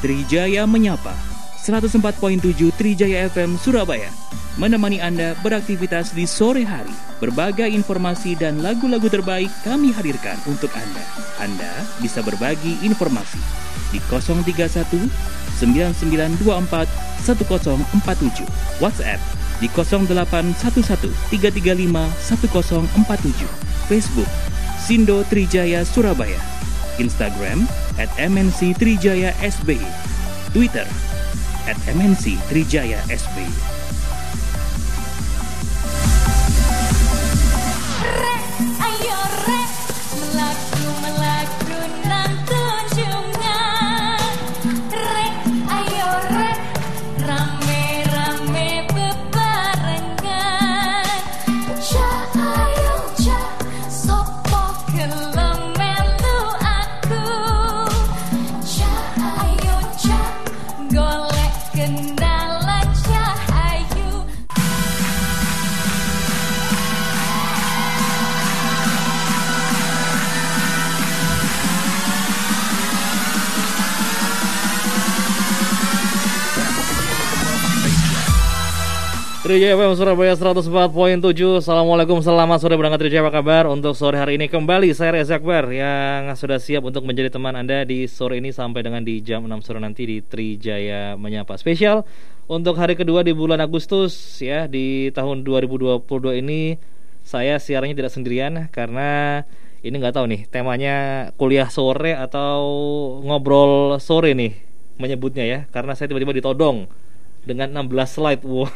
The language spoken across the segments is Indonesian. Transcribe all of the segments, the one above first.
Trijaya Menyapa 104.7 Trijaya FM Surabaya menemani Anda beraktivitas di sore hari. Berbagai informasi dan lagu-lagu terbaik kami hadirkan untuk Anda. Anda bisa berbagi informasi di 031 9924 1047, WhatsApp di 0811 335 1047, Facebook Sindo Trijaya Surabaya, Instagram @MNC Trijaya SBY, Twitter @MNC Trijaya SBY. Ayo rek, melaku nang tunjungan. Rek, ayo rek, rame-rame bebarengan. Ja ayo ja, sopo gelem melu aku. Ja ayo ja, golek kendala cahayu. Trijaya FM Surabaya 104.7. Assalamualaikum, selamat sore berangkat Trijaya, apa kabar? Untuk sore hari ini kembali saya Reza Akbar yang sudah siap untuk menjadi teman Anda di sore ini sampai dengan di jam 6 sore nanti di Trijaya Menyapa. Spesial untuk hari kedua di bulan Agustus ya, di tahun 2022 ini saya siarannya tidak sendirian karena ini nggak tahu nih temanya kuliah sore atau ngobrol sore nih menyebutnya ya, karena saya tiba-tiba ditodong dengan 16 slide. Wow.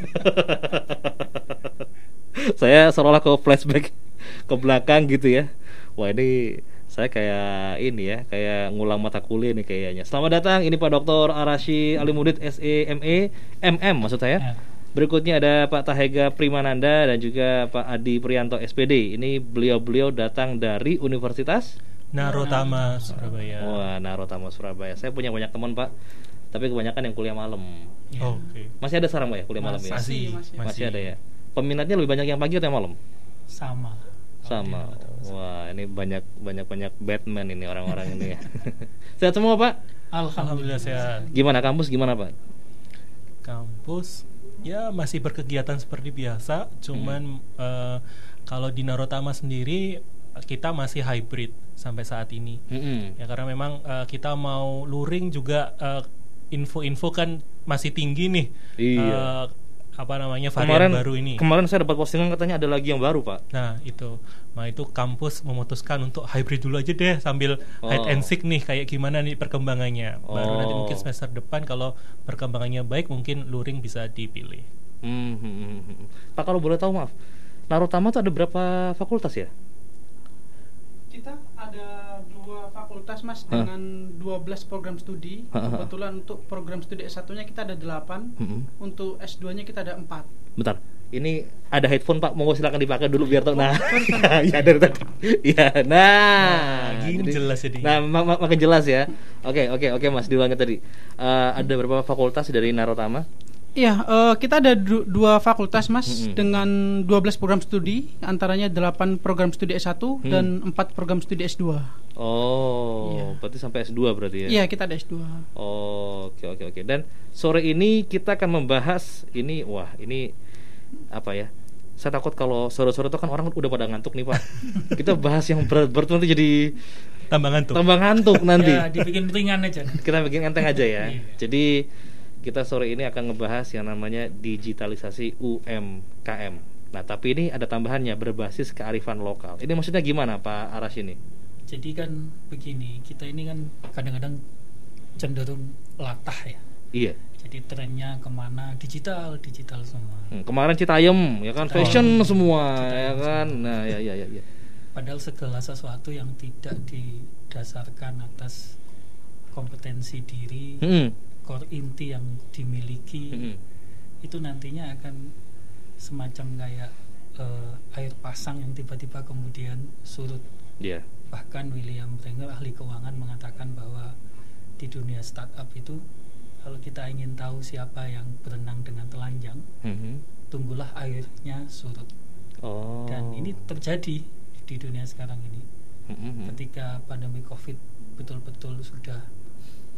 Saya seolah ke flashback ke belakang gitu ya. Wah, ini saya kayak ini ya, kayak ngulang mata kuliah nih kayaknya. Selamat datang, ini Pak Dr. Arashi Alimudit SEME MM maksud saya. Berikutnya ada Pak Tahega Primananda dan juga Pak Adi Prianto SPD. Ini beliau-beliau datang dari Universitas Narotama Surabaya. Wah, Narotama Surabaya. Saya punya banyak teman, Pak, tapi kebanyakan yang kuliah malam. Oke. Masih ada sekarang Pak ya kuliah malam ya? Masih ada ya. Peminatnya lebih banyak yang pagi atau yang malam? Sama. Wah, ini banyak Batman ini orang-orang ini ya. Sehat semua Pak? Alhamdulillah sehat. Gimana kampus gimana Pak? Kampus ya masih berkegiatan seperti biasa, cuman kalau di Narotama sendiri kita masih hybrid sampai saat ini. Ya karena memang kita mau luring juga, info-info kan masih tinggi nih. Iya. Varian baru ini. Kemarin saya dapat postingan katanya ada lagi yang baru Pak. Nah itu kampus memutuskan untuk hybrid dulu aja deh sambil hide and seek nih kayak gimana nih perkembangannya. Baru nanti mungkin semester depan kalau perkembangannya baik mungkin luring bisa dipilih. Pak, kalau boleh tahu maaf, Narotama itu ada berapa fakultas ya? Kita ada 2 fakultas Mas dengan 12 program studi. Kebetulan untuk program studi S1-nya kita ada 8. Untuk S2-nya kita ada 4. Bentar, ini ada headphone Pak, monggo silakan dipakai dulu biar tahu. Nah, ya dari tadi. Ya, gini jelas jadi. Nah, makin jelas ya. Oke Mas, diulangin tadi. Ada berapa fakultas dari Narotama? Iya, kita ada 2 fakultas Mas dengan 12 program studi, antaranya 8 program studi S1 dan 4 program studi S2. Berarti sampai S2 berarti ya? Iya, kita ada S2. Oke. Dan sore ini kita akan membahas ini, ini apa ya? Saya takut kalau sore-sore itu kan orang udah pada ngantuk nih Pak. Kita bahas yang berat-berat nanti jadi tambah ngantuk nanti. Ya, dibikin ringan aja. Kita bikin enteng aja ya. Jadi kita sore ini akan ngebahas yang namanya digitalisasi UMKM. Nah, tapi ini ada tambahannya, berbasis kearifan lokal. Ini maksudnya gimana Pak Aras ini? Jadi kan begini, kita ini kan kadang-kadang cenderung latah ya. Iya. Jadi trennya kemana? Digital semua. Kemarin Citayam, ya kan, fashion semua, ya kan. Nah, ya. Padahal segala sesuatu yang tidak didasarkan atas kompetensi diri, core inti yang dimiliki, itu nantinya akan semacam kayak air pasang yang tiba-tiba kemudian surut. Yeah. Bahkan William Brenger, ahli keuangan, mengatakan bahwa di dunia startup itu kalau kita ingin tahu siapa yang berenang dengan telanjang, tunggulah airnya surut. Dan ini terjadi di dunia sekarang ini. Ketika pandemi COVID betul-betul sudah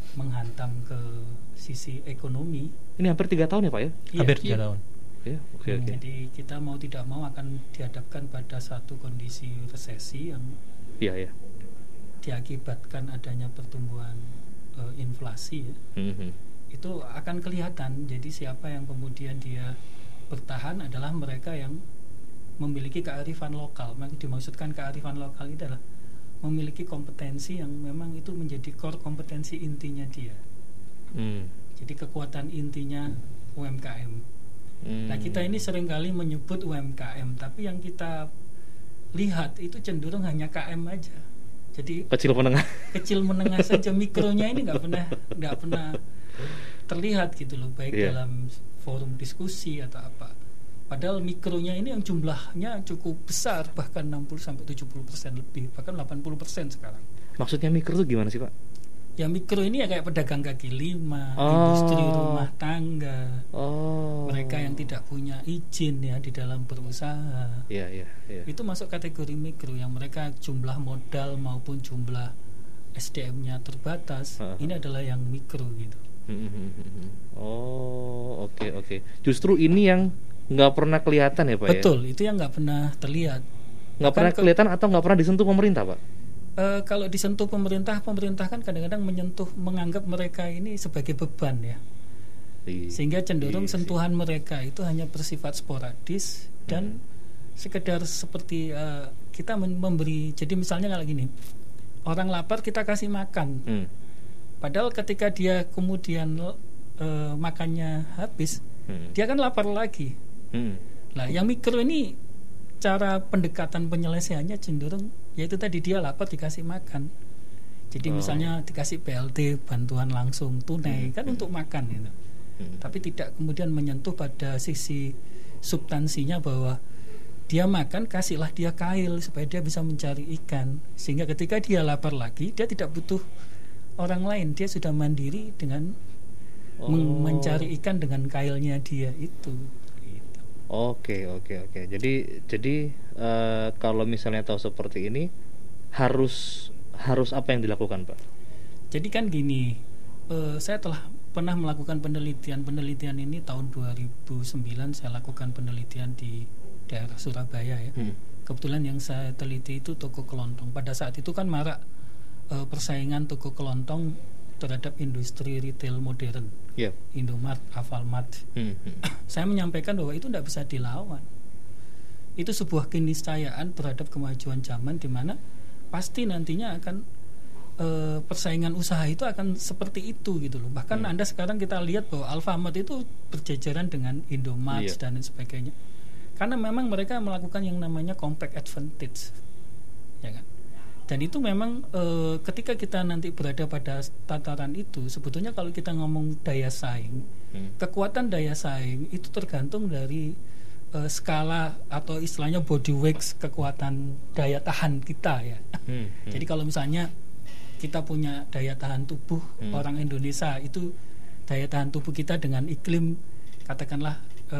menghantam ke sisi ekonomi. Ini hampir 3 tahun ya Pak ya? Hampir 3 tahun. Ya, oke. Jadi kita mau tidak mau akan dihadapkan pada satu kondisi resesi yang diakibatkan adanya pertumbuhan inflasi ya. Itu akan kelihatan. Jadi siapa yang kemudian dia bertahan adalah mereka yang memiliki kearifan lokal. Maka dimaksudkan kearifan lokal itu adalah memiliki kompetensi yang memang itu menjadi core kompetensi intinya dia. Jadi kekuatan intinya UMKM. Nah kita ini seringkali menyebut UMKM, tapi yang kita lihat itu cenderung hanya KM aja. Jadi kecil menengah saja, mikronya ini nggak pernah terlihat gitu loh, baik dalam forum diskusi atau apa. Padahal mikronya ini yang jumlahnya cukup besar, bahkan 60-70% lebih, bahkan 80% sekarang. Maksudnya mikro itu gimana sih Pak? Ya mikro ini ya kayak pedagang kaki lima, industri rumah tangga, mereka yang tidak punya izin ya di dalam berusaha. Itu masuk kategori mikro, yang mereka jumlah modal maupun jumlah SDM-nya terbatas. Ini adalah yang mikro gitu. Oke. Justru ini yang nggak pernah kelihatan ya Pak? Betul, itu yang nggak pernah terlihat. Nggak pernah kelihatan atau nggak pernah disentuh pemerintah Pak? Kalau disentuh pemerintah kan kadang-kadang menganggap mereka ini sebagai beban ya. Sehingga cenderung sentuhan mereka itu hanya bersifat sporadis dan sekedar seperti kita memberi. Jadi misalnya kalau gini, orang lapar kita kasih makan. Padahal ketika dia kemudian makannya habis, dia kan lapar lagi. Nah, yang mikro ini cara pendekatan penyelesaiannya cenderung yaitu tadi dia lapar dikasih makan. Jadi misalnya dikasih BLT, bantuan langsung tunai kan untuk makan gitu. Tapi tidak kemudian menyentuh pada sisi substansinya bahwa dia makan, kasihlah dia kail supaya dia bisa mencari ikan, sehingga ketika dia lapar lagi dia tidak butuh orang lain, dia sudah mandiri dengan mencari ikan dengan kailnya dia itu. Oke. Jadi kalau misalnya tahu seperti ini harus apa yang dilakukan Pak? Jadi kan gini, saya telah pernah melakukan penelitian ini tahun 2009. Saya lakukan penelitian di daerah Surabaya ya. Kebetulan yang saya teliti itu toko kelontong. Pada saat itu kan marak persaingan toko kelontong terhadap industri retail modern, Indomart, Alfamart. Saya menyampaikan bahwa itu tidak bisa dilawan. Itu sebuah keniscayaan terhadap kemajuan zaman, di mana pasti nantinya akan persaingan usaha itu akan seperti itu gitu loh. Bahkan Anda sekarang kita lihat bahwa Alfamart itu berjajaran dengan Indomart dan sebagainya, karena memang mereka melakukan yang namanya compact advantage, ya kan? Dan itu memang ketika kita nanti berada pada tataran itu, sebetulnya kalau kita ngomong daya saing, kekuatan daya saing itu tergantung dari skala atau istilahnya body weight, kekuatan daya tahan kita ya. Jadi kalau misalnya kita punya daya tahan tubuh orang Indonesia, itu daya tahan tubuh kita dengan iklim katakanlah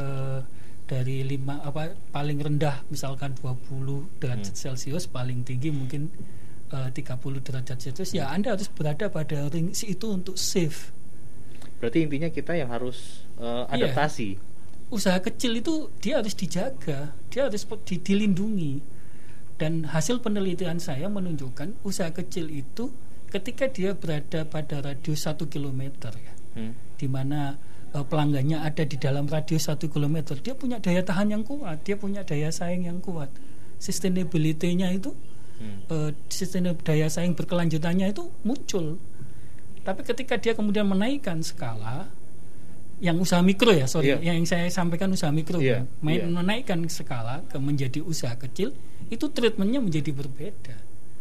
dari paling rendah misalkan 20 derajat Celcius, paling tinggi mungkin 30 derajat Celcius, ya Anda harus berada pada ring itu untuk safe. Berarti intinya kita yang harus adaptasi. Usaha kecil itu dia harus dijaga, dia harus dilindungi. Dan hasil penelitian saya menunjukkan usaha kecil itu ketika dia berada pada radius 1 km ya, di mana pelanggannya ada di dalam radius 1 km, dia punya daya tahan yang kuat, dia punya daya saing yang kuat. Sustainability-nya itu sistem daya saing berkelanjutannya itu muncul. Tapi ketika dia kemudian menaikkan skala, yang usaha mikro ya, yang saya sampaikan usaha mikro, menaikkan skala ke menjadi usaha kecil, itu treatmentnya menjadi berbeda.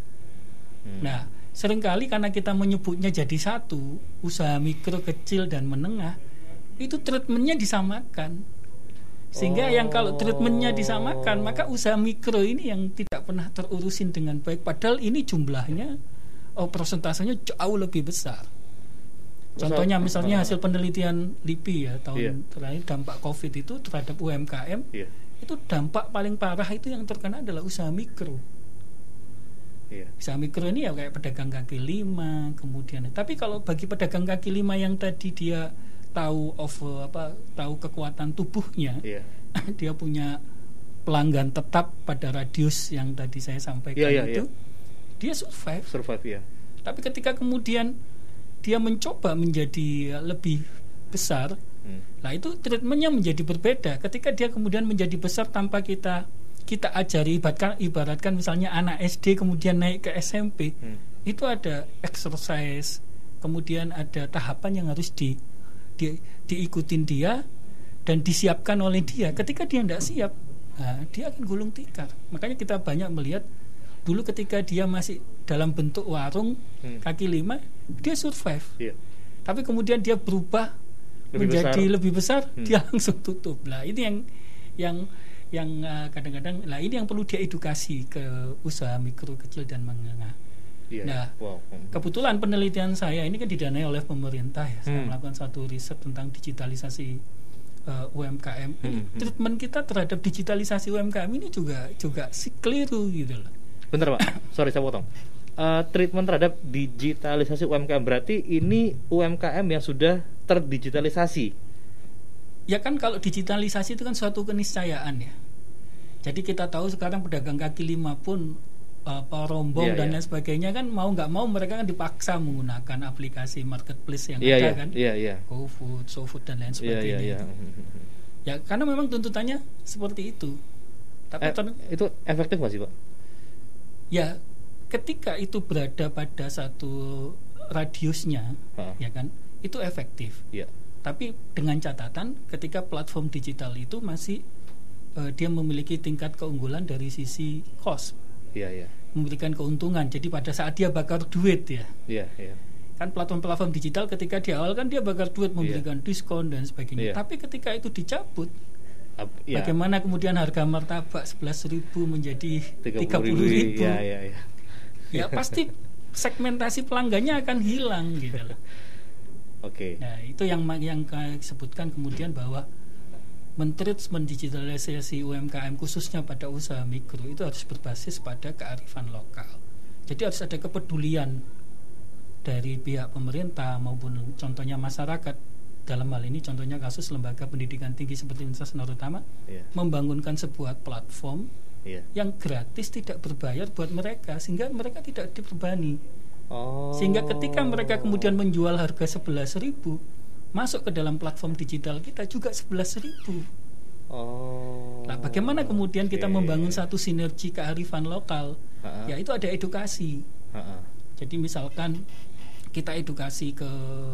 Nah, seringkali karena kita menyebutnya jadi satu, usaha mikro, kecil dan menengah, itu treatmentnya disamakan. Sehingga yang kalau treatmentnya disamakan, maka usaha mikro ini yang tidak pernah terurusin dengan baik, padahal ini jumlahnya persentasenya jauh lebih besar. Contohnya misalnya hasil penelitian LIPI ya tahun terakhir, dampak COVID itu terhadap UMKM, itu dampak paling parah itu yang terkena adalah usaha mikro. Usaha mikro ini ya kayak pedagang kaki lima, kemudian. Tapi kalau bagi pedagang kaki lima yang tadi dia tahu tahu kekuatan tubuhnya, dia punya pelanggan tetap pada radius yang tadi saya sampaikan itu, dia survive ya. Tapi ketika kemudian dia mencoba menjadi lebih besar, nah itu treatmentnya menjadi berbeda. Ketika dia kemudian menjadi besar tanpa kita ajari, ibaratkan misalnya anak SD kemudian naik ke SMP, itu ada exercise, kemudian ada tahapan yang harus diikutin dia dan disiapkan oleh dia. Ketika dia tidak siap, dia akan gulung tikar. Makanya kita banyak melihat dulu ketika dia masih dalam bentuk warung kaki lima, dia survive. Tapi kemudian dia berubah lebih besar, dia langsung tutup. Lah ini yang kadang-kadang, lah ini yang perlu dia edukasi ke usaha mikro, kecil dan menengah. Kebetulan penelitian saya ini kan didanai oleh pemerintah ya. Saya melakukan satu riset tentang digitalisasi UMKM. Treatment kita terhadap digitalisasi UMKM ini juga keliru gitu loh. Bentar Pak, sorry saya potong. Treatment terhadap digitalisasi UMKM berarti ini UMKM yang sudah terdigitalisasi. Ya kan, kalau digitalisasi itu kan suatu keniscayaan ya. Jadi kita tahu sekarang pedagang kaki lima pun rombong dan lain sebagainya kan, mau nggak mau mereka kan dipaksa menggunakan aplikasi marketplace yang ada kan, GoFood, SoFood dan lain sebagainya. Ya karena memang tuntutannya seperti itu. Tapi itu efektif nggak sih Pak? Ya ketika itu berada pada satu radiusnya, ya kan, itu efektif. Tapi dengan catatan ketika platform digital itu masih dia memiliki tingkat keunggulan dari sisi cost, memberikan keuntungan. Jadi pada saat dia bakar duit kan platform-platform digital ketika di awal kan dia bakar duit, memberikan diskon dan sebagainya. Tapi ketika itu dicabut, bagaimana kemudian harga martabak 11.000 menjadi 30.000? Ya pasti segmentasi pelanggannya akan hilang gitu loh. Nah itu yang sebutkan kemudian bahwa mentreatment digitalisasi UMKM khususnya pada usaha mikro itu harus berbasis pada kearifan lokal. Jadi harus ada kepedulian dari pihak pemerintah maupun contohnya masyarakat. Dalam hal ini contohnya kasus lembaga pendidikan tinggi seperti Universitas Narotama membangunkan sebuah platform yang gratis, tidak berbayar buat mereka, sehingga mereka tidak dibebani. Sehingga ketika mereka kemudian menjual harga 11.000, masuk ke dalam platform digital kita juga 11.000. Nah, bagaimana kemudian kita membangun satu sinergi kearifan lokal? Ya itu ada edukasi. Jadi misalkan kita edukasi ke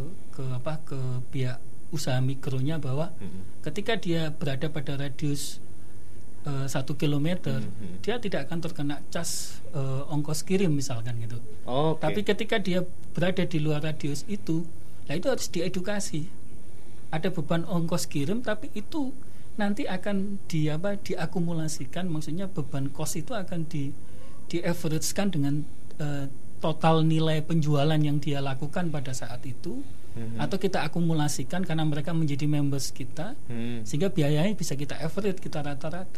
pihak usaha mikronya bahwa ketika dia berada pada radius 1 kilometer, dia tidak akan terkena cas ongkos kirim misalkan gitu. Tapi ketika dia berada di luar radius itu, nah itu harus diedukasi. Ada beban ongkos kirim, tapi itu nanti akan diakumulasikan, maksudnya beban cost itu akan di-averagekan dengan total nilai penjualan yang dia lakukan pada saat itu, atau kita akumulasikan karena mereka menjadi members kita, sehingga biayanya bisa kita average, kita rata-rata.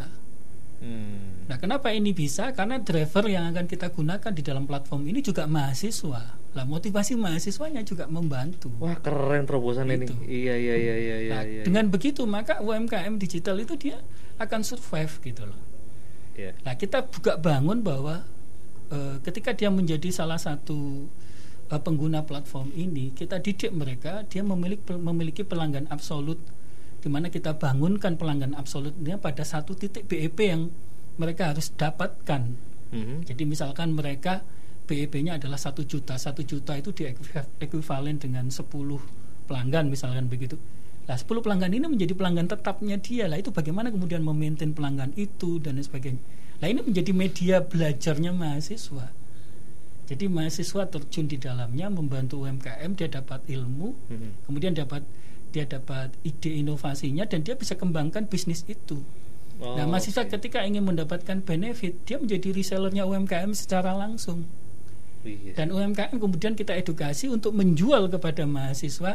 Nah kenapa ini bisa? Karena driver yang akan kita gunakan di dalam platform ini juga mahasiswa. Lah motivasi mahasiswanya juga membantu. Wah keren terobosan gitu. Ini. Iya. Dengan begitu maka UMKM digital itu dia akan survive gitu loh. Nah kita juga bangun bahwa ketika dia menjadi salah satu pengguna platform ini, kita didik mereka, dia memiliki pelanggan absolut, di mana kita bangunkan pelanggan absolutnya pada satu titik BEP yang mereka harus dapatkan. Jadi misalkan mereka BEP-nya adalah 1 juta, 1 juta itu diekuivalen dengan 10 pelanggan misalkan begitu. Nah 10 pelanggan ini menjadi pelanggan tetapnya dia. Lah itu bagaimana kemudian memaintain pelanggan itu dan sebagainya. Nah ini menjadi media belajarnya mahasiswa. Jadi mahasiswa terjun di dalamnya, membantu UMKM, dia dapat ilmu, kemudian dia dapat ide inovasinya, dan dia bisa kembangkan bisnis itu. Nah mahasiswa ketika ingin mendapatkan benefit, dia menjadi resellernya UMKM secara langsung. Dan UMKM kemudian kita edukasi untuk menjual kepada mahasiswa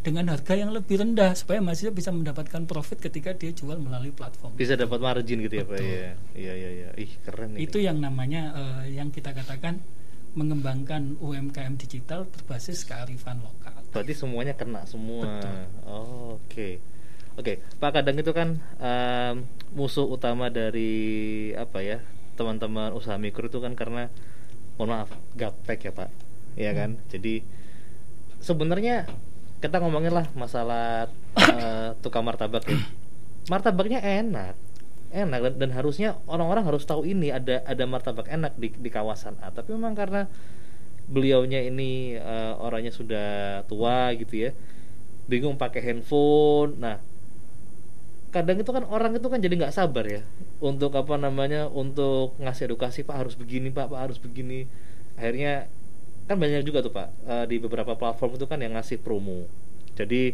dengan harga yang lebih rendah supaya mahasiswa bisa mendapatkan profit ketika dia jual melalui platform. Bisa dapat margin gitu ya Pak ya. Iya. Ih, keren ini. Itu yang namanya yang kita katakan mengembangkan UMKM digital berbasis kearifan lokal. Berarti semuanya kena semua. Betul. Oh, Oke, Pak, kadang itu kan musuh utama dari apa ya, teman-teman usaha mikro itu kan karena mohon maaf gaptek ya Pak, ya kan. Jadi sebenarnya kita ngomongin lah masalah tukang martabak ya. Martabaknya enak dan harusnya orang-orang harus tahu ini ada martabak enak di kawasan A. Tapi memang karena beliaunya ini orangnya sudah tua gitu ya, bingung pakai handphone. Nah, kadang itu kan orang itu kan jadi nggak sabar ya untuk untuk ngasih edukasi, Pak harus begini, Pak harus begini. Akhirnya kan banyak juga tuh Pak di beberapa platform itu kan yang ngasih promo. Jadi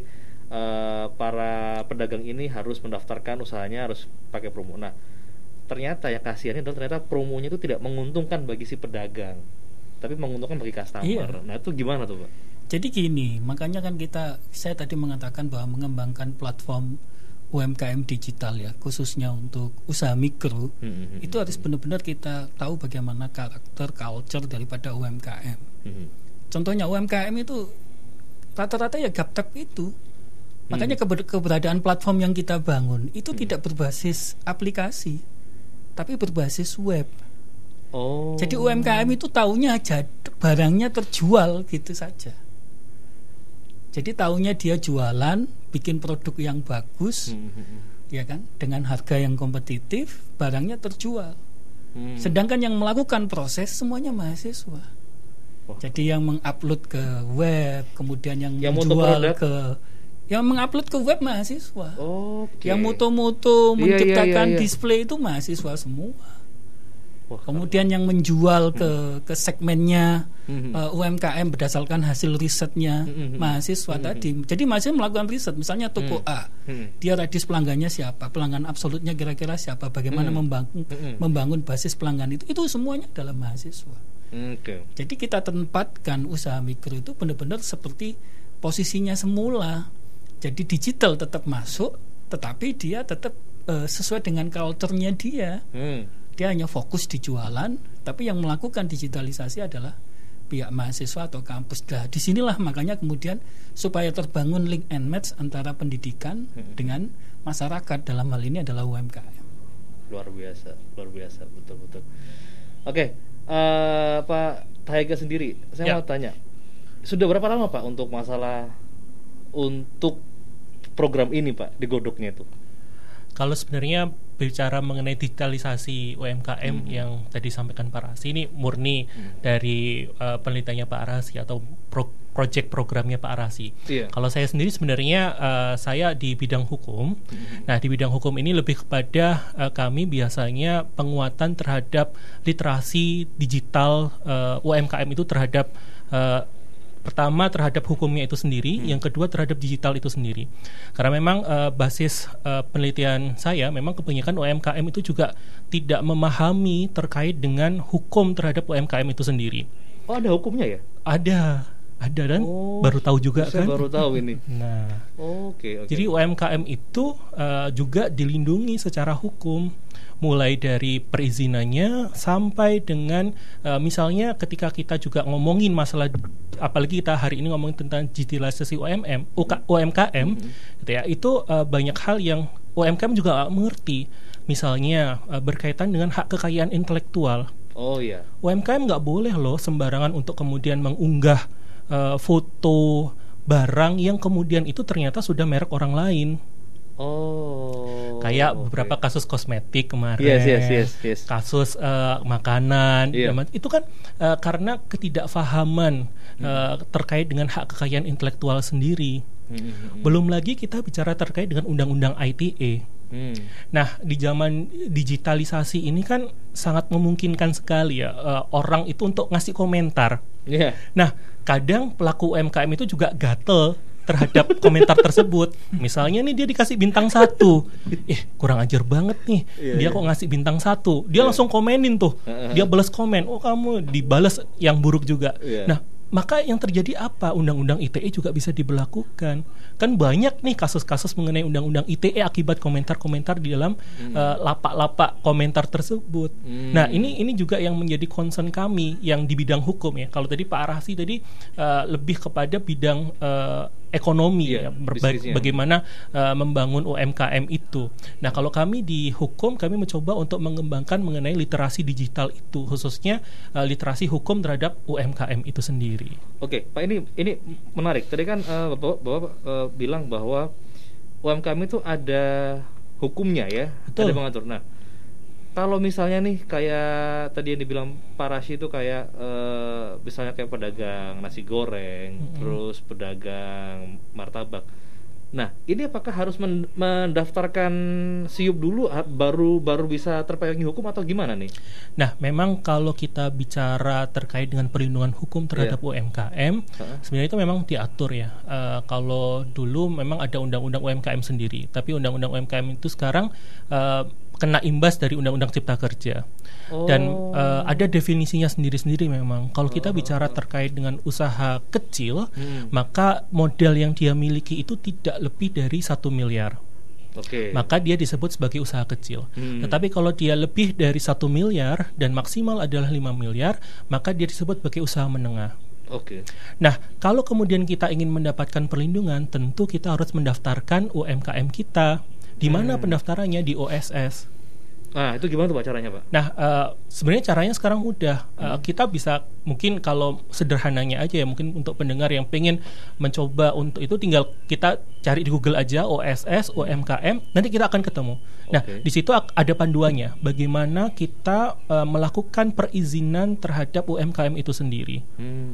para pedagang ini harus mendaftarkan usahanya harus pakai promo. Nah, ternyata yang kasihannya adalah ternyata promonya itu tidak menguntungkan bagi si pedagang, tapi menguntungkan bagi customer. Iya. Nah, itu gimana tuh Pak? Jadi gini, makanya kan saya tadi mengatakan bahwa mengembangkan platform UMKM digital ya, khususnya untuk usaha mikro, itu harus benar-benar kita tahu bagaimana karakter, culture daripada UMKM. Contohnya UMKM itu rata-rata ya gaptek itu. Makanya keberadaan platform yang kita bangun itu tidak berbasis aplikasi, tapi berbasis web. Oh. Jadi UMKM itu taunya aja barangnya terjual gitu saja. Jadi taunya dia jualan, bikin produk yang bagus, ya kan, dengan harga yang kompetitif, barangnya terjual. Sedangkan yang melakukan proses semuanya mahasiswa. Jadi yang mengupload ke web, kemudian yang menjual yang mengupload ke web mahasiswa. Yang moto-moto menciptakan display itu mahasiswa semua. Kemudian yang menjual ke segmennya UMKM berdasarkan hasil risetnya mahasiswa tadi. Jadi mahasiswa melakukan riset, misalnya toko A, dia radius pelanggannya siapa, pelanggan absolutnya kira-kira siapa, bagaimana membangun basis pelanggan itu semuanya adalah mahasiswa. Jadi kita tempatkan usaha mikro itu benar-benar seperti posisinya semula. Jadi digital tetap masuk, tetapi dia tetap sesuai dengan culture-nya dia. Dia hanya fokus di jualan, tapi yang melakukan digitalisasi adalah pihak mahasiswa atau kampus. Nah, disinilah makanya kemudian supaya terbangun link and match antara pendidikan dengan masyarakat, dalam hal ini adalah UMKM. Luar biasa, betul. Oke, Pak Taiga sendiri, saya mau tanya, sudah berapa lama Pak untuk program ini Pak digodoknya itu? Kalau sebenarnya bicara mengenai digitalisasi UMKM yang tadi sampaikan Pak Rasi, ini murni dari penelitiannya Pak Rasi atau project programnya Pak Rasi. Kalau saya sendiri sebenarnya saya di bidang hukum. Nah, di bidang hukum ini lebih kepada kami biasanya penguatan terhadap literasi digital UMKM itu terhadap pertama terhadap hukumnya itu sendiri, yang kedua terhadap digital itu sendiri. Karena memang basis penelitian saya memang kebanyakan UMKM itu juga tidak memahami terkait dengan hukum terhadap UMKM itu sendiri. Oh, ada hukumnya ya? Ada dan baru tahu juga saya kan? Baru tahu ini. Nah, oke. Jadi UMKM itu juga dilindungi secara hukum, mulai dari perizinannya sampai dengan misalnya ketika kita juga ngomongin masalah, apalagi kita hari ini ngomongin tentang digitalisasi UMKM, gitu ya, itu banyak hal yang UMKM juga nggak mengerti. Misalnya berkaitan dengan hak kekayaan intelektual. Oh iya. UMKM nggak boleh loh sembarangan untuk kemudian mengunggah foto barang yang kemudian itu ternyata sudah merek orang lain. Kayak beberapa kasus kosmetik kemarin, yes. kasus makanan, itu kan karena ketidakfahaman terkait dengan hak kekayaan intelektual sendiri. Belum lagi kita bicara terkait dengan undang-undang ITE. Nah, di zaman digitalisasi ini kan sangat memungkinkan sekali ya orang itu untuk ngasih komentar. Nah, kadang pelaku UMKM itu juga gatel terhadap komentar tersebut. Misalnya nih dia dikasih bintang 1, kurang ajar banget nih, dia kok ngasih bintang 1, dia langsung komenin tuh, dia balas komen, kamu dibalas yang buruk juga. Nah, maka yang terjadi apa? Undang-undang ITE juga bisa diberlakukan. Kan banyak nih kasus-kasus mengenai undang-undang ITE akibat komentar-komentar di dalam lapak-lapak komentar tersebut. Nah, ini juga yang menjadi concern kami yang di bidang hukum ya. Kalau tadi Pak Arhasi tadi lebih kepada bidang ekonomi ya, bagaimana membangun UMKM itu. Nah, kalau kami di hukum, kami mencoba untuk mengembangkan mengenai literasi digital itu, khususnya literasi hukum terhadap UMKM itu sendiri. Oke, Pak, ini menarik. Tadi kan Bapak bilang bahwa UMKM itu ada hukumnya ya, betul, ada mengatur. Nah, kalau misalnya nih kayak tadi yang dibilang Pak Rashi itu kayak misalnya kayak pedagang nasi goreng, terus pedagang martabak. Nah, ini apakah harus mendaftarkan SIUP dulu baru bisa terpayangi hukum atau gimana nih? Nah, memang kalau kita bicara terkait dengan perlindungan hukum terhadap UMKM, sebenarnya itu memang diatur ya. Kalau dulu memang ada undang-undang UMKM sendiri, tapi undang-undang UMKM itu sekarang kena imbas dari Undang-Undang Cipta Kerja. Dan ada definisinya sendiri-sendiri memang. Kalau kita bicara terkait dengan usaha kecil, maka modal yang dia miliki itu tidak lebih dari 1 miliar. Maka dia disebut sebagai usaha kecil. Tetapi kalau dia lebih dari 1 miliar dan maksimal adalah 5 miliar, maka dia disebut sebagai usaha menengah. Nah, kalau kemudian kita ingin mendapatkan perlindungan, tentu kita harus mendaftarkan UMKM kita. Di mana pendaftarannya? Di OSS. Nah, itu gimana tuh Pak caranya, Pak? Nah, sebenarnya caranya sekarang mudah. Kita bisa, mungkin kalau sederhananya aja ya, mungkin untuk pendengar yang pengen mencoba untuk itu, tinggal kita cari di Google aja OSS, UMKM, nanti kita akan ketemu. Nah, di situ ada panduannya, bagaimana kita melakukan perizinan terhadap UMKM itu sendiri.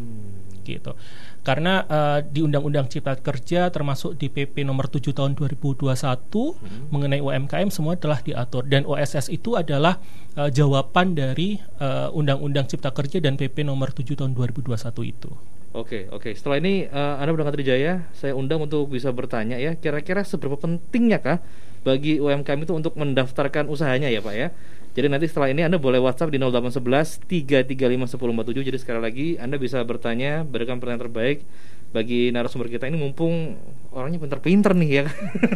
Gitu. Karena di Undang-Undang Cipta Kerja termasuk di PP nomor 7 tahun 2021 mengenai UMKM semua telah diatur, dan OSS itu adalah jawaban dari Undang-Undang Cipta Kerja dan PP nomor 7 tahun 2021 itu. Oke. Setelah ini Anda berangkat Trijaya, saya undang untuk bisa bertanya ya, kira-kira seberapa pentingnya kah bagi UMKM itu untuk mendaftarkan usahanya ya Pak ya. Jadi nanti setelah ini Anda boleh WhatsApp di 0811 335 1047. Jadi sekali lagi Anda bisa bertanya, berikan pertanyaan terbaik bagi narasumber kita ini, mumpung orangnya pinter-pinter nih ya.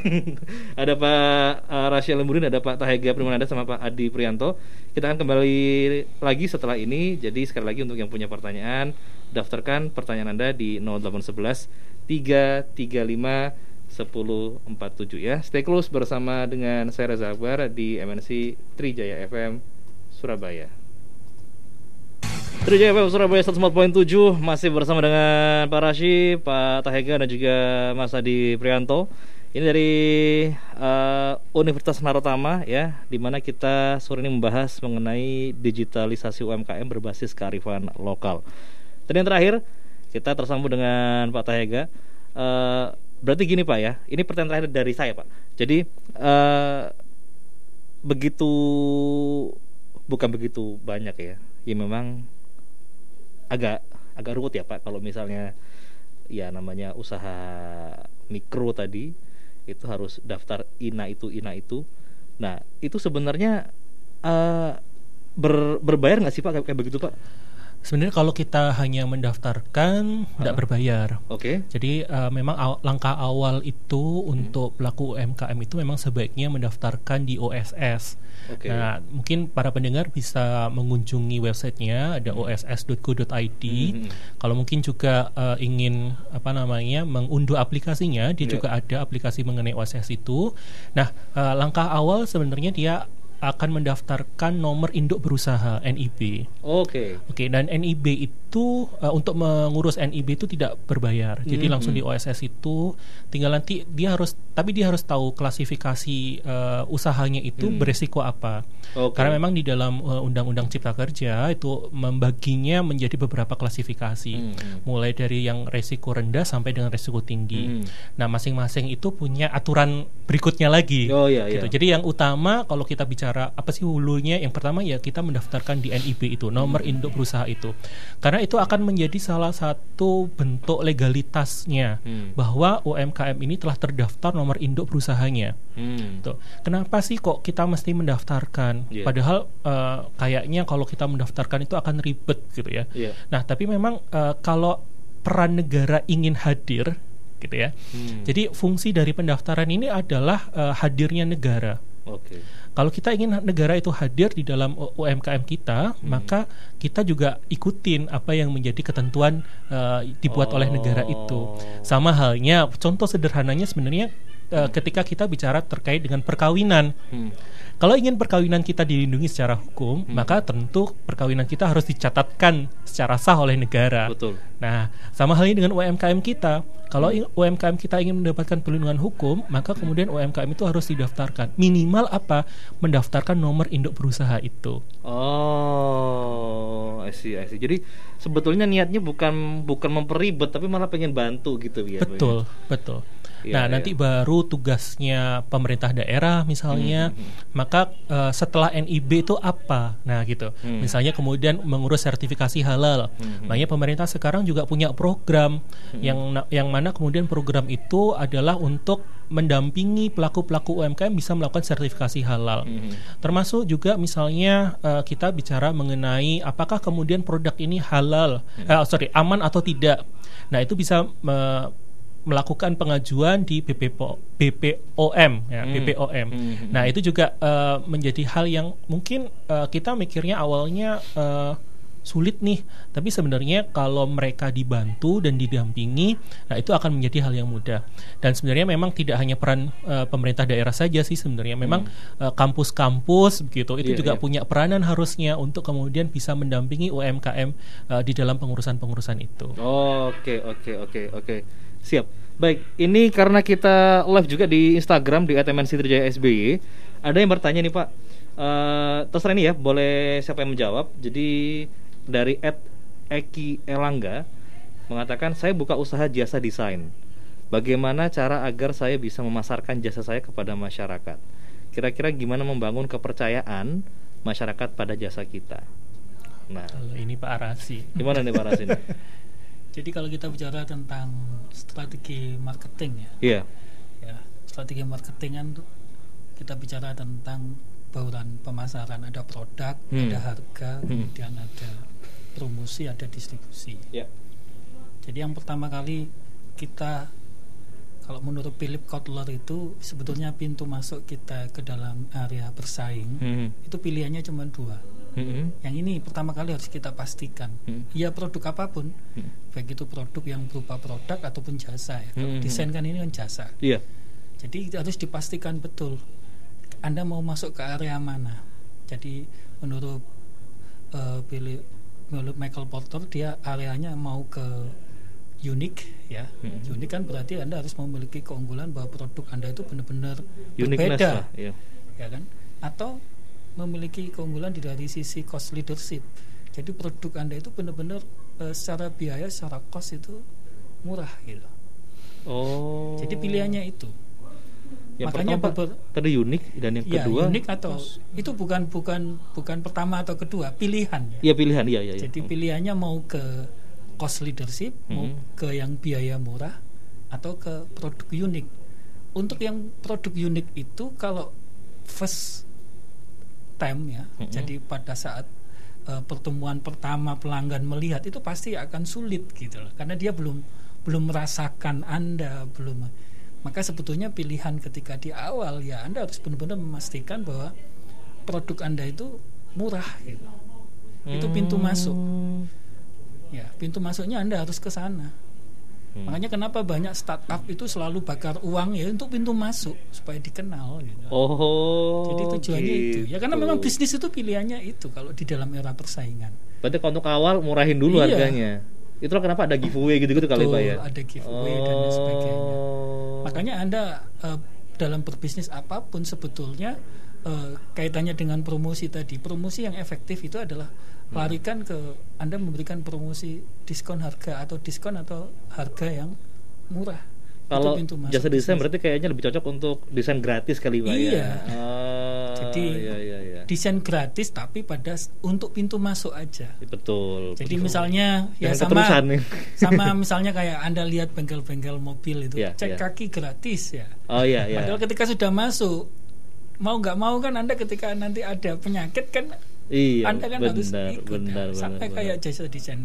Ada Pak Rasyal Lemburin, ada Pak Tahega Primananda, sama Pak Adi Prianto. Kita akan kembali lagi setelah ini. Jadi sekali lagi untuk yang punya pertanyaan, daftarkan pertanyaan Anda di 0811 335 1047 ya. Stay close bersama dengan saya Reza Akbar di MNC Trijaya FM Surabaya. Trijaya FM Surabaya 104.7 masih bersama dengan Pak Rashi, Pak Tahega, dan juga Mas Adi Prianto. Ini dari Universitas Narotama ya, di mana kita sore ini membahas mengenai digitalisasi UMKM berbasis kearifan lokal. Dan yang terakhir kita tersambung dengan Pak Tahega. Berarti gini Pak ya, ini pertanyaan terakhir dari saya Pak. Jadi bukan begitu banyak ya. Ya memang agak ruwet ya Pak, kalau misalnya ya namanya usaha mikro tadi itu harus daftar INA itu. Nah, itu sebenarnya berbayar nggak sih Pak kayak begitu Pak? Sebenarnya kalau kita hanya mendaftarkan tidak berbayar. Jadi memang langkah awal itu untuk pelaku UMKM itu memang sebaiknya mendaftarkan di OSS. Nah, mungkin para pendengar bisa mengunjungi websitenya, ada oss.go.id. Kalau mungkin juga ingin mengunduh aplikasinya, dia juga ada aplikasi mengenai OSS itu. Nah, langkah awal sebenarnya dia akan mendaftarkan nomor induk berusaha NIB. Dan NIB itu untuk mengurus NIB itu tidak berbayar. Jadi langsung di OSS itu tinggal nanti dia harus tahu klasifikasi usahanya itu beresiko apa. Karena memang di dalam Undang-Undang Cipta Kerja itu membaginya menjadi beberapa klasifikasi. Mulai dari yang resiko rendah sampai dengan resiko tinggi. Nah, masing-masing itu punya aturan berikutnya lagi. Gitu. Jadi yang utama kalau kita bicara apa sih hulunya, yang pertama ya kita mendaftarkan di NIB itu, nomor induk berusaha itu, karena itu akan menjadi salah satu bentuk legalitasnya bahwa UMKM ini telah terdaftar nomor induk berusahanya. Tuh. Kenapa sih kok kita mesti mendaftarkan? Padahal kayaknya kalau kita mendaftarkan itu akan ribet gitu ya. Nah, tapi memang kalau peran negara ingin hadir, gitu ya. Jadi fungsi dari pendaftaran ini adalah hadirnya negara. Kalau kita ingin negara itu hadir di dalam UMKM kita, maka kita juga ikutin apa yang menjadi ketentuan dibuat oleh negara itu. Sama halnya, contoh sederhananya sebenarnya ketika kita bicara terkait dengan perkawinan. Kalau ingin perkawinan kita dilindungi secara hukum, maka tentu perkawinan kita harus dicatatkan secara sah oleh negara. Betul. Nah, sama halnya dengan UMKM kita. Kalau UMKM kita ingin mendapatkan perlindungan hukum, maka kemudian UMKM itu harus didaftarkan. Minimal apa? Mendaftarkan nomor induk berusaha itu. I see. Jadi sebetulnya niatnya bukan memperibet, tapi malah pengen bantu gitu ya. Betul. Nah, nanti baru tugasnya pemerintah daerah misalnya, maka setelah NIB itu apa? Nah, gitu. Misalnya kemudian mengurus sertifikasi halal. Makanya pemerintah sekarang juga punya program yang mana kemudian program itu adalah untuk mendampingi pelaku-pelaku UMKM bisa melakukan sertifikasi halal. Termasuk juga misalnya kita bicara mengenai apakah kemudian produk ini halal, aman atau tidak. Nah, itu bisa melakukan pengajuan di BPOM ya, BPOM. Nah, itu juga menjadi hal yang mungkin kita mikirnya awalnya sulit nih, tapi sebenarnya kalau mereka dibantu dan didampingi, nah itu akan menjadi hal yang mudah. Dan sebenarnya memang tidak hanya peran pemerintah daerah saja sih sebenarnya, memang kampus-kampus begitu itu juga punya peranan harusnya untuk kemudian bisa mendampingi UMKM di dalam pengurusan itu. Oke. Siap. Baik, ini karena kita live juga di Instagram di @MNC_SBY. Ada yang bertanya nih Pak. Terserah ini ya, boleh siapa yang menjawab. Jadi dari @Eki Elangga mengatakan, saya buka usaha jasa desain. Bagaimana cara agar saya bisa memasarkan jasa saya kepada masyarakat? Kira-kira gimana membangun kepercayaan masyarakat pada jasa kita? Nah, kalau ini Pak Arasi. Gimana nih Pak Arasi? Jadi kalau kita bicara tentang strategi marketing ya, strategi marketing kan kita bicara tentang bauran pemasaran, ada produk, ada harga, kemudian ada promosi, ada distribusi. Jadi yang pertama kali kita, kalau menurut Philip Kotler itu sebetulnya pintu masuk kita ke dalam area bersaing itu pilihannya cuma dua. Yang ini pertama kali harus kita pastikan. Ya produk apapun, baik itu produk yang berupa produk ataupun jasa ya. Kalau desain kan ini kan jasa. Jadi harus dipastikan betul Anda mau masuk ke area mana. Jadi menurut Michael Porter, dia areanya mau ke unik ya. Unik kan berarti Anda harus memiliki keunggulan bahwa produk Anda itu benar-benar berbeda, ya kan? Atau memiliki keunggulan dari sisi cost leadership. Jadi produk Anda itu benar-benar secara biaya, secara cost itu murah gitu. Jadi pilihannya itu. Yang makanya tadi unik, dan yang kedua unik atau itu bukan pertama atau kedua, pilihan. Pilihan. Jadi pilihannya mau ke cost leadership, mau ke yang biaya murah atau ke produk unik. Untuk yang produk unik itu kalau first time ya, jadi pada saat pertemuan pertama pelanggan melihat itu pasti akan sulit gitu loh, karena dia belum merasakan Anda, maka sebetulnya pilihan ketika di awal ya Anda harus benar-benar memastikan bahwa produk Anda itu murah gitu. Itu pintu masuk. Ya, pintu masuknya Anda harus ke sana. Makanya kenapa banyak startup itu selalu bakar uang ya untuk pintu masuk supaya dikenal gitu. Jadi tujuannya itu. Ya karena memang bisnis itu pilihannya itu kalau di dalam era persaingan. Berarti kalau untuk awal murahin dulu harganya. Itulah kenapa ada giveaway gitu-gitu kali Pak ya. Ada giveaway dan sebagainya. Makanya Anda dalam berbisnis apapun sebetulnya kaitannya dengan promosi tadi. Promosi yang efektif itu adalah larikan ke Anda memberikan promosi diskon harga atau harga yang murah. Kalau jasa desain berarti kayaknya lebih cocok untuk desain gratis kali Pak ya. Jadi desain gratis tapi untuk pintu masuk aja. Betul. Jadi misalnya ya sama misalnya kayak Anda lihat bengkel-bengkel mobil itu cek kaki gratis ya. Padahal ketika sudah masuk mau nggak mau kan Anda ketika nanti ada penyakit kan Anda kan harus ikut. Sampai kayak jasa desain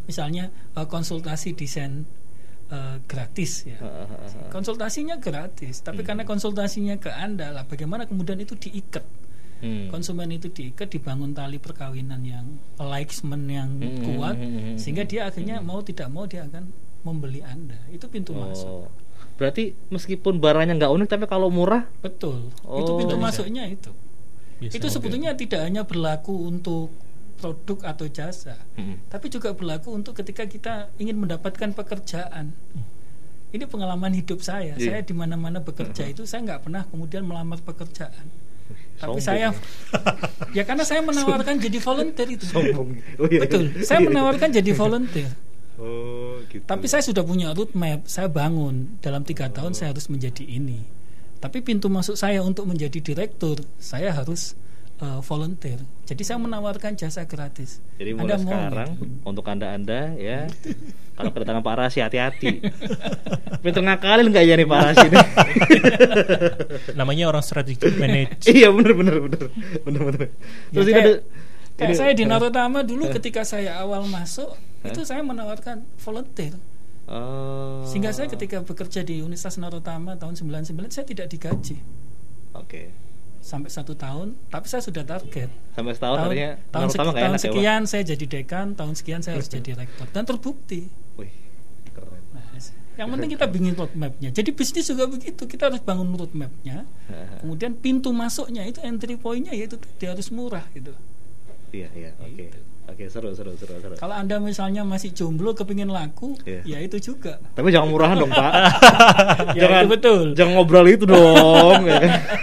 misalnya konsultasi desain gratis ya. Konsultasinya gratis, tapi karena konsultasinya ke Anda lah, bagaimana kemudian itu diikat. Konsumen itu diikat, dibangun tali perkawinan yang alignment yang kuat, sehingga dia akhirnya mau tidak mau dia akan membeli Anda. Itu pintu masuk. Berarti meskipun barangnya nggak unik, tapi kalau murah, betul. Itu pintu masuknya itu. Itu sebetulnya tidak hanya berlaku untuk produk atau jasa, tapi juga berlaku untuk ketika kita ingin mendapatkan pekerjaan. Ini pengalaman hidup saya. Saya di mana-mana bekerja itu saya nggak pernah kemudian melamar pekerjaan. Tapi saya ya karena saya menawarkan jadi volunteer itu. Betul. Saya menawarkan jadi volunteer. Gitu. Tapi saya sudah punya roadmap. Saya bangun dalam 3 tahun saya harus menjadi ini. Tapi pintu masuk saya untuk menjadi direktur, saya harus volunteer. Jadi saya menawarkan jasa gratis. Jadi mulai sekarang untuk anda ya, kalau kedatangan Pak Rasi hati-hati. Pintu ngakalin nggak ya nih Pak Rasi ini? Namanya orang strategic manage. Iya benar. Terus ya, kayak saya di Narotama dulu ketika saya awal masuk itu saya menawarkan volunteer. Sehingga saya ketika bekerja di Universitas Narotama tahun 99 saya tidak digaji. Oke. Sampai 1 tahun, tapi saya sudah target. Sampai setahun artinya tahun sekian saya jadi dekan, tahun sekian saya harus jadi rektor, dan terbukti. Wih, keren. Nah, yang penting kita bikin roadmap-nya. Jadi bisnis juga begitu, kita harus bangun roadmap-nya. Kemudian pintu masuknya itu entry point-nya yaitu dia harus murah gitu. Iya, oke. Oke, seru. Kalau Anda misalnya masih jomblo kepingin laku, ya itu juga. Tapi jangan murahan dong, Pak. Jangan, itu betul. Jangan ngobrol itu dong. Ya.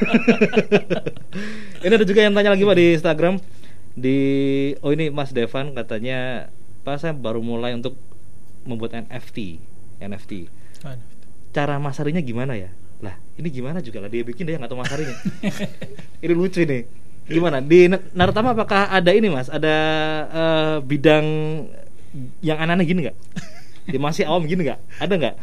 Ini ada juga yang tanya lagi Pak di Instagram. Ini Mas Devan katanya, Pak saya baru mulai untuk membuat NFT. Cara masarinya gimana ya? Lah, ini gimana juga lah dia bikin dia nggak tahu masarinya. Ini lucu nih. Gimana di Narotama apakah ada ini Mas, ada bidang yang aneh-aneh gini nggak? Di masih awam gini nggak? Ada nggak?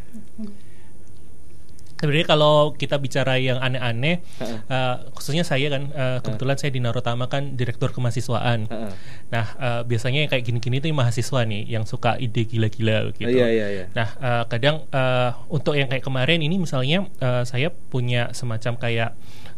Sebenarnya kalau kita bicara yang aneh-aneh, khususnya saya kan kebetulan saya di Narotama kan direktur kemahasiswaan. Nah biasanya yang kayak gini-gini tuh mahasiswa nih yang suka ide gila-gila gitu. Iya. Nah kadang untuk yang kayak kemarin ini misalnya saya punya semacam kayak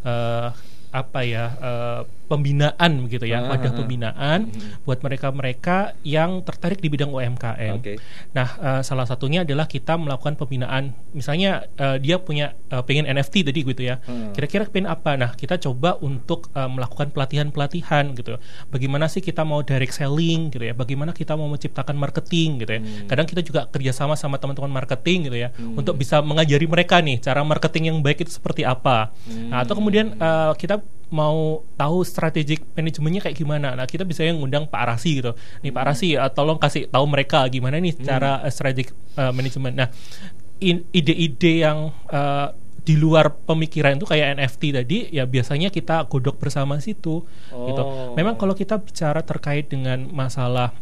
pembinaan gitu ya, wadah pembinaan buat mereka yang tertarik di bidang UMKM. Nah, salah satunya adalah kita melakukan pembinaan. Misalnya dia punya pengen NFT tadi gitu ya. Kira-kira pengen apa? Nah, kita coba untuk melakukan pelatihan gitu. Bagaimana sih kita mau direct selling gitu ya? Bagaimana kita mau menciptakan marketing gitu ya? Kadang kita juga kerjasama sama teman-teman marketing gitu ya, untuk bisa mengajari mereka nih cara marketing yang baik itu seperti apa. Nah, atau kemudian kita mau tahu strategic manajemennya kayak gimana. Nah, kita bisa ngundang Pak Rasi gitu. Nih Pak Rasi, tolong kasih tahu mereka gimana nih cara strategic manajemen. Nah, ide-ide yang di luar pemikiran itu kayak NFT tadi, ya biasanya kita godok bersama situ. Gitu. Memang kalau kita bicara terkait dengan masalah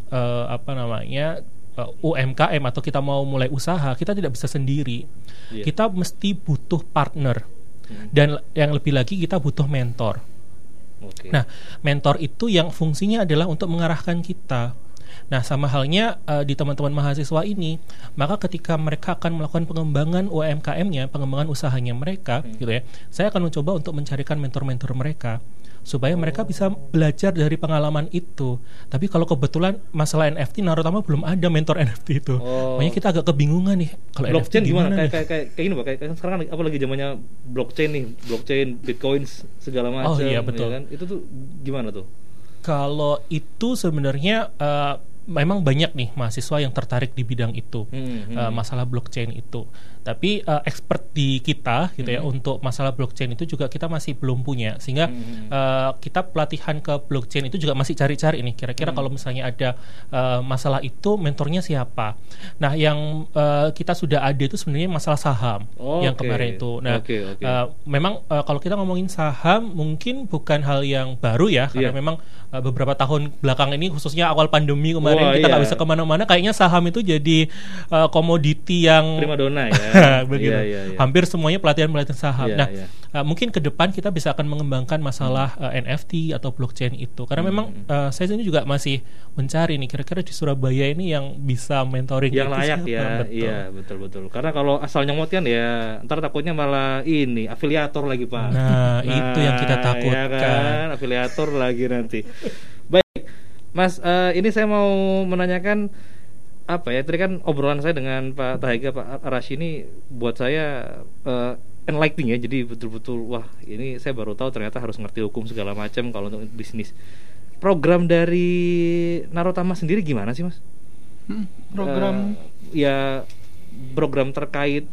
UMKM atau kita mau mulai usaha, kita tidak bisa sendiri. Kita mesti butuh partner. Dan yang lebih lagi kita butuh mentor. Nah, mentor itu yang fungsinya adalah untuk mengarahkan kita. Nah, sama halnya di teman-teman mahasiswa ini, maka ketika mereka akan melakukan pengembangan UMKM-nya, pengembangan usahanya mereka, gitu ya, saya akan mencoba untuk mencarikan mentor-mentor mereka supaya mereka bisa belajar dari pengalaman itu. Tapi kalau kebetulan masalah NFT Narotama belum ada mentor NFT itu. Makanya kita agak kebingungan nih kalau blockchain NFT gimana? Kayak gini Pak, kayak sekarang kan apalagi zamannya blockchain, Bitcoin segala macam. Oh iya betul. Ya kan? Itu tuh gimana tuh? Kalau itu sebenarnya memang banyak nih mahasiswa yang tertarik di bidang itu, masalah blockchain itu. Tapi expert di kita gitu ya untuk masalah blockchain itu juga kita masih belum punya, sehingga kita pelatihan ke blockchain itu juga masih cari-cari nih kira-kira kalau misalnya ada masalah itu mentornya siapa. Nah, yang kita sudah ada itu sebenarnya masalah saham yang kemarin itu. Nah, memang kalau kita ngomongin saham mungkin bukan hal yang baru ya, karena memang beberapa tahun belakang ini khususnya awal pandemi kemarin kita nggak bisa kemana-mana, kayaknya saham itu jadi komoditi yang primadona ya. begitu. Iya. Hampir semuanya pelatihan saham. Iya, Nah, iya. Mungkin ke depan kita bisa akan mengembangkan masalah NFT atau blockchain itu. Karena memang saya sendiri juga masih mencari nih kira-kira di Surabaya ini yang bisa mentoring Yang itu layak siapa? ya. Betul. Iya, betul. Karena kalau asal nyomot kan ya ntar takutnya malah ini afiliator lagi, Pak. Nah, itu yang kita Ya takutkan. kan, afiliator lagi nanti. Baik, Mas, ini saya mau menanyakan apa ya? Tadi kan obrolan saya dengan Pak Tahiga, Pak Arashi ini buat saya enlightening ya. Jadi betul-betul wah, ini saya baru tahu ternyata harus ngerti hukum segala macam kalau untuk bisnis. Program dari Narotama sendiri gimana sih, Mas? Program Ya program terkait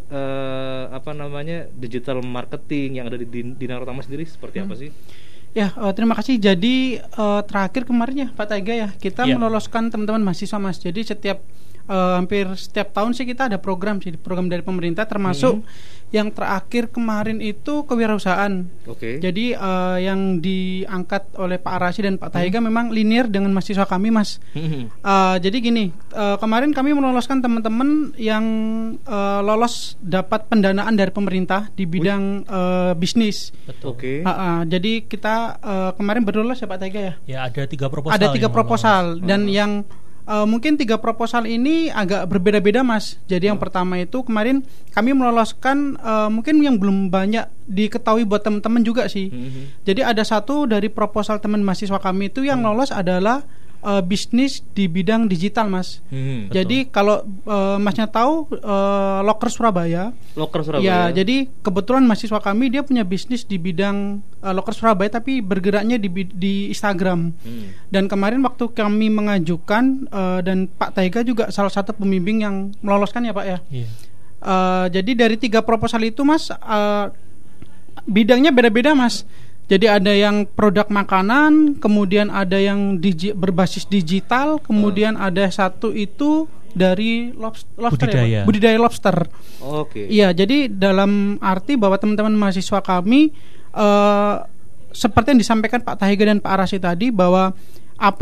digital marketing yang ada di Narotama sendiri seperti apa sih? ya, terima kasih. Jadi terakhir kemarin ya Pak Taiga ya, kita Iya. meloloskan teman-teman mahasiswa Mas. Jadi hampir setiap tahun sih kita ada program dari pemerintah, termasuk yang terakhir kemarin itu kewirausahaan. Oke. Jadi yang diangkat oleh Pak Arashi dan Pak Tahiga memang linear dengan mahasiswa kami, Mas. Jadi gini, kemarin kami meloloskan teman-teman yang lolos dapat pendanaan dari pemerintah di bidang bisnis. Betul. Oke. Jadi kita kemarin berlolos ya Pak Tahiga ya. Ya, ada 3 proposal. Ada 3 yang proposal lolos. dan yang mungkin 3 proposal ini agak berbeda-beda, Mas. Jadi yang pertama itu kemarin kami meloloskan mungkin yang belum banyak diketahui buat teman-teman juga sih. Jadi ada satu dari proposal teman mahasiswa kami itu yang lolos adalah bisnis di bidang digital, Mas. Jadi kalau Masnya tahu Loker Surabaya. Loker Surabaya. Ya, jadi kebetulan mahasiswa kami dia punya bisnis di bidang Loker Surabaya tapi bergeraknya di Instagram. Dan kemarin waktu kami mengajukan dan Pak Taiga juga salah satu pembimbing yang meloloskan ya Pak ya. Iya. Jadi dari 3 proposal itu Mas, bidangnya beda-beda Mas. Jadi ada yang produk makanan, kemudian ada yang berbasis digital, kemudian ada satu itu dari lobster Budidaya. ya, budidaya lobster. Oke. Iya, jadi dalam arti bahwa teman-teman mahasiswa kami seperti yang disampaikan Pak Tahiga dan Pak Arashi tadi, bahwa apa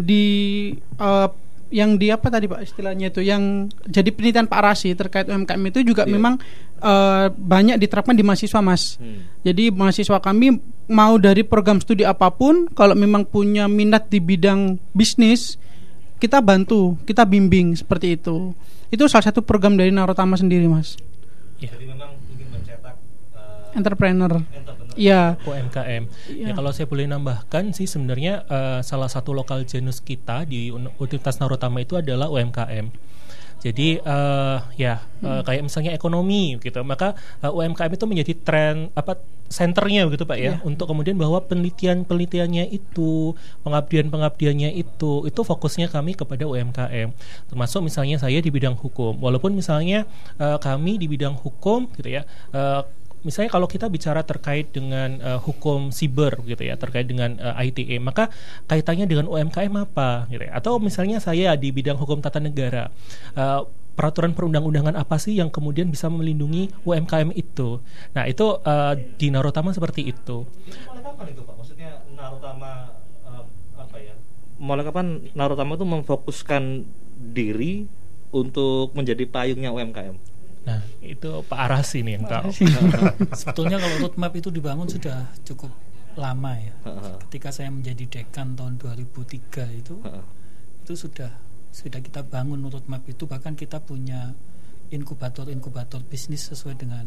yang di apa tadi Pak istilahnya itu yang jadi penelitian Pak Arashi terkait UMKM itu juga memang banyak diterapkan di mahasiswa Mas. Jadi mahasiswa kami mau dari program studi apapun, kalau memang punya minat di bidang bisnis, kita bantu, kita bimbing seperti itu. Itu salah satu program dari Narotama sendiri Mas. Jadi memang ingin mencetak Entrepreneur. Iya. UMKM. Ya, Iya. kalau saya boleh nambahkan sih sebenarnya salah satu lokal genus kita di Universitas Narotama itu adalah UMKM. Jadi kayak misalnya ekonomi gitu, maka UMKM itu menjadi tren senternya begitu Pak ya, untuk kemudian bahwa penelitiannya itu, pengabdiannya itu fokusnya kami kepada UMKM. Termasuk misalnya saya di bidang hukum. Walaupun misalnya kami di bidang hukum gitu ya, misalnya kalau kita bicara terkait dengan hukum siber gitu ya, terkait dengan ITE, maka kaitannya dengan UMKM apa gitu ya? Atau misalnya saya di bidang hukum tata negara, peraturan perundang-undangan apa sih yang kemudian bisa melindungi UMKM itu? Nah, itu di Narotama seperti itu. mulai kapan itu Pak? Maksudnya Narotama mulai kapan Narotama itu memfokuskan diri untuk menjadi payungnya UMKM? Nah, itu Pak Arashi nih yang tahu. Sebetulnya kalau roadmap itu dibangun sudah cukup lama ya. Ketika saya menjadi dekan tahun 2003 itu sudah kita bangun roadmap itu, bahkan kita punya inkubator bisnis sesuai dengan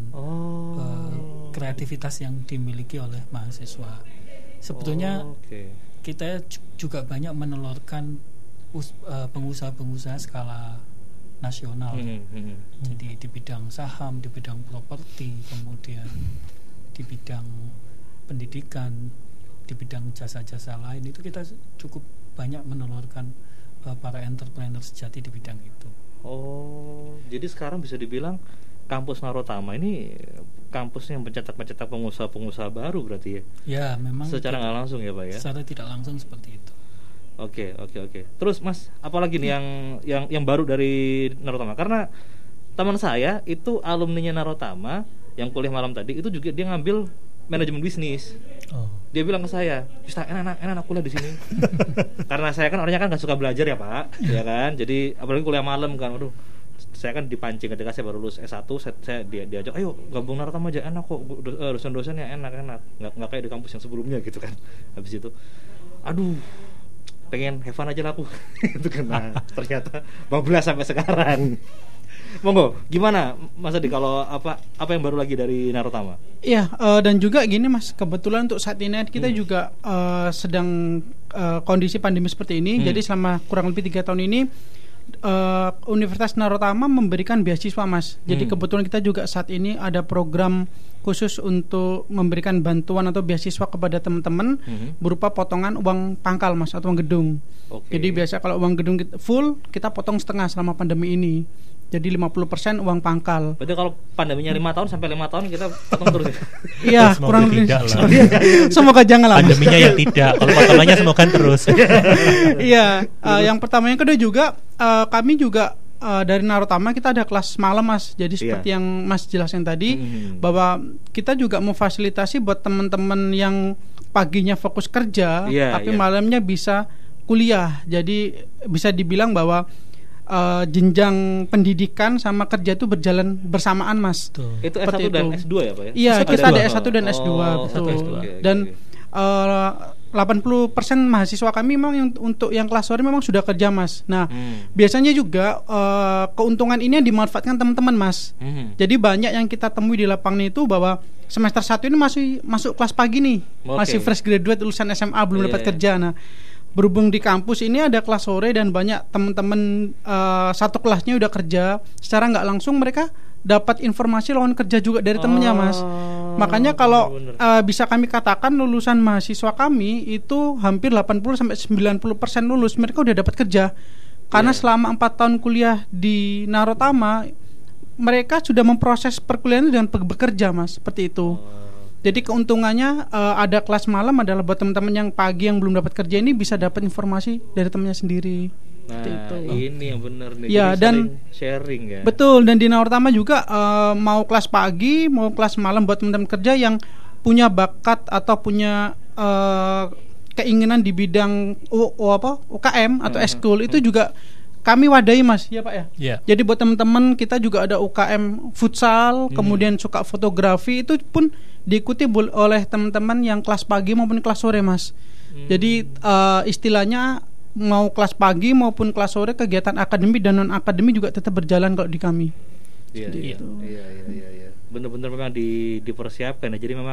kreativitas yang dimiliki oleh mahasiswa. Sebetulnya kita juga banyak menelurkan pengusaha-pengusaha skala nasional. Jadi di bidang saham, di bidang properti, kemudian di bidang pendidikan, di bidang jasa-jasa lain, itu kita cukup banyak menelurkan para entrepreneur sejati di bidang itu. Jadi sekarang bisa dibilang kampus Narotama ini kampus yang mencetak pengusaha-pengusaha baru berarti ya? Ya, memang secara nggak langsung ya Pak ya? Secara tidak langsung seperti itu. Oke. Terus Mas, apalagi nih yang baru dari Narotama? Karena teman saya itu alumninya Narotama yang kuliah malam tadi itu juga dia ngambil manajemen bisnis. Dia bilang ke saya, enak kuliah di sini. Karena saya kan orangnya kan nggak suka belajar ya Pak, ya kan. Jadi apalagi kuliah malam kan, saya kan dipancing ketika saya baru lulus S1, saya diajak, ayo gabung Narotama aja, enak kok, dosen-dosennya enak, nggak kayak di kampus yang sebelumnya gitu kan. Habis itu, aduh, pengen have fun aja lah aku. Itu kan, nah, ternyata bablas sampai sekarang. Monggo, gimana Mas Adi kalau apa yang baru lagi dari Narotama? Iya, dan juga gini Mas, kebetulan untuk saat ini kita juga sedang kondisi pandemi seperti ini. Jadi selama kurang lebih 3 tahun ini Universitas Narotama memberikan beasiswa Mas. Jadi kebetulan kita juga saat ini ada program khusus untuk memberikan bantuan atau beasiswa kepada teman-teman berupa potongan uang pangkal Mas, atau uang gedung. Jadi biasa kalau uang gedung full kita potong setengah selama pandemi ini. Jadi 50% uang pangkal. Berarti kalau pandeminya 5 tahun sampai 5 tahun kita potong terus ya? Iya, kurang lebih. Semoga jangan lah. Pandeminya yang tidak, kalau potongannya semoga terus. Iya, yang pertama, yang kedua juga kami juga dari Narotama kita ada kelas malam Mas. Jadi seperti yang Mas jelaskan tadi, bahwa kita juga memfasilitasi buat teman-teman yang paginya fokus kerja, tapi malamnya bisa kuliah. Jadi bisa dibilang bahwa jenjang pendidikan sama kerja itu berjalan bersamaan Mas. Itu S1 dan S2 ya Pak ya? Iya, kita ada S1 dan S2, betul. Dan 80% mahasiswa kami memang untuk yang kelas sore memang sudah kerja Mas. Nah, biasanya juga keuntungan ini yang dimanfaatkan teman-teman Mas. Jadi banyak yang kita temui di lapangan itu bahwa semester 1 ini masih masuk kelas pagi nih, masih fresh graduate lulusan SMA belum dapat kerja. Nah, berhubung di kampus ini ada kelas sore dan banyak teman-teman satu kelasnya udah kerja, secara nggak langsung mereka dapat informasi lowongan kerja juga dari temennya Mas. Makanya kalau bisa kami katakan lulusan mahasiswa kami itu hampir 80-90% lulus, mereka udah dapat kerja. Karena selama 4 tahun kuliah di Narotama, mereka sudah memproses perkuliahan dengan bekerja Mas, seperti itu. Jadi keuntungannya ada kelas malam adalah buat teman-teman yang pagi yang belum dapat kerja ini bisa dapat informasi dari temannya sendiri. Nah, ini yang benar nih. Ya, dan sharing ya. Betul, dan di Narotama juga mau kelas pagi, mau kelas malam buat teman-teman kerja yang punya bakat atau punya keinginan di bidang UKM atau eskul itu juga kami wadahi Mas, ya Pak ya. Yeah. Jadi buat teman-teman kita juga ada UKM futsal, kemudian suka fotografi, itu pun diikuti oleh teman-teman yang kelas pagi maupun kelas sore Mas. Jadi istilahnya mau kelas pagi maupun kelas sore kegiatan akademik dan non akademik juga tetap berjalan kalau di kami. Iya. Benar-benar memang dipersiapkan ya. Jadi memang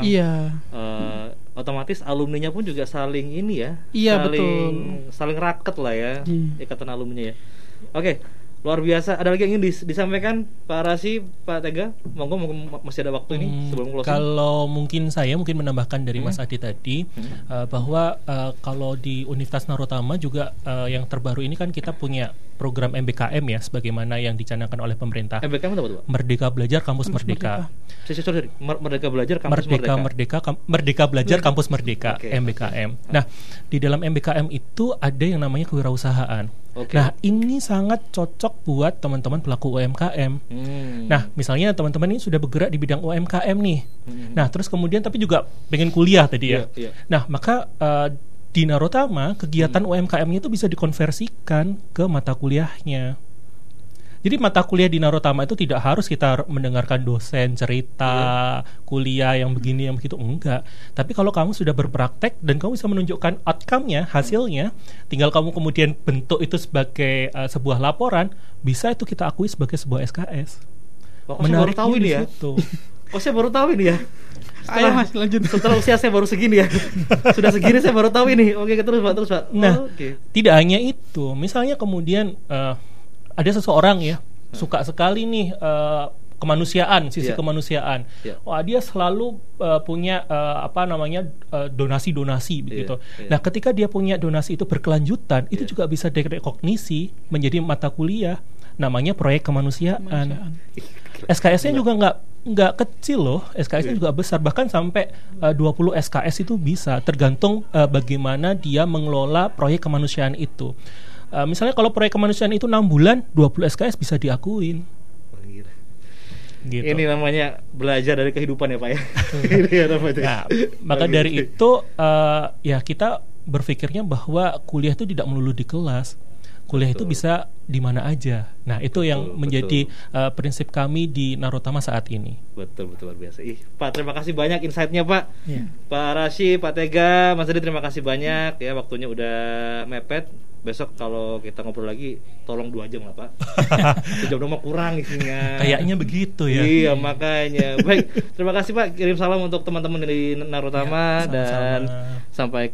otomatis alumninya pun juga saling ini ya. Iya, betul. Saling raket lah ya, ikatan alumni ya. Oke. Luar biasa. Ada lagi yang ingin disampaikan Pak Rasi, Pak Tega? Monggo masih ada waktu ini sebelum closing. Kalau mungkin saya menambahkan dari Mas Adi tadi bahwa kalau di Universitas Narotama juga yang terbaru ini kan kita punya program MBKM ya, sebagaimana yang dicanangkan oleh pemerintah. MBKM apa tuh Pak? Merdeka Belajar Kampus Merdeka. Sorry. Merdeka Belajar Kampus Merdeka. Merdeka Belajar Kampus Merdeka, MBKM. Nah, di dalam MBKM itu ada yang namanya kewirausahaan. Nah, ini sangat cocok buat teman-teman pelaku UMKM. Nah, misalnya teman-teman ini sudah bergerak di bidang UMKM nih. Nah, terus kemudian tapi juga pengen kuliah tadi ya. Nah, maka di Narotama kegiatan UMKM-nya itu bisa dikonversikan ke mata kuliahnya. Jadi mata kuliah di Narotama itu tidak harus kita mendengarkan dosen cerita kuliah yang begini yang begitu, enggak. Tapi kalau kamu sudah berpraktek dan kamu bisa menunjukkan outcome-nya, hasilnya, tinggal kamu kemudian bentuk itu sebagai sebuah laporan, bisa itu kita akui sebagai sebuah SKS. Menarik tahu ini ya. Saya baru tahu ini ya. Ayo Mas, lanjut. Setelah usia saya baru segini ya. Sudah segini saya baru tahu ini. Oke, terus Pak. Nah, tidak hanya itu. Misalnya kemudian ada seseorang ya suka sekali nih kemanusiaan, sisi kemanusiaan. Wah, dia selalu punya donasi-donasi begitu. Nah, ketika dia punya donasi itu berkelanjutan, itu juga bisa direkognisi menjadi mata kuliah, namanya proyek kemanusiaan. SKS-nya juga nggak kecil loh, SKS-nya juga besar, bahkan sampai 20 SKS itu bisa, tergantung bagaimana dia mengelola proyek kemanusiaan itu. Misalnya kalau proyek kemanusiaan itu 6 bulan, 20 SKS bisa diakuin. Gitu. Ini namanya belajar dari kehidupan ya Pak ya. Nah, maka dari itu ya kita berpikirnya bahwa kuliah itu tidak melulu di kelas. kuliah itu bisa di mana aja. Nah, itu yang menjadi prinsip kami di Narutama saat ini. Betul luar biasa. Pak, terima kasih banyak insight-nya, Pak. Pak Rashi, Pak Tega, Mas Adi, terima kasih banyak ya, waktunya udah mepet. Besok kalau kita ngobrol lagi tolong 2 jam lah, Pak. 1 jam mah kurang isinya. Kayaknya begitu ya. Iya, makanya. Baik, terima kasih Pak. Kirim salam untuk teman-teman di Narutama dan sampai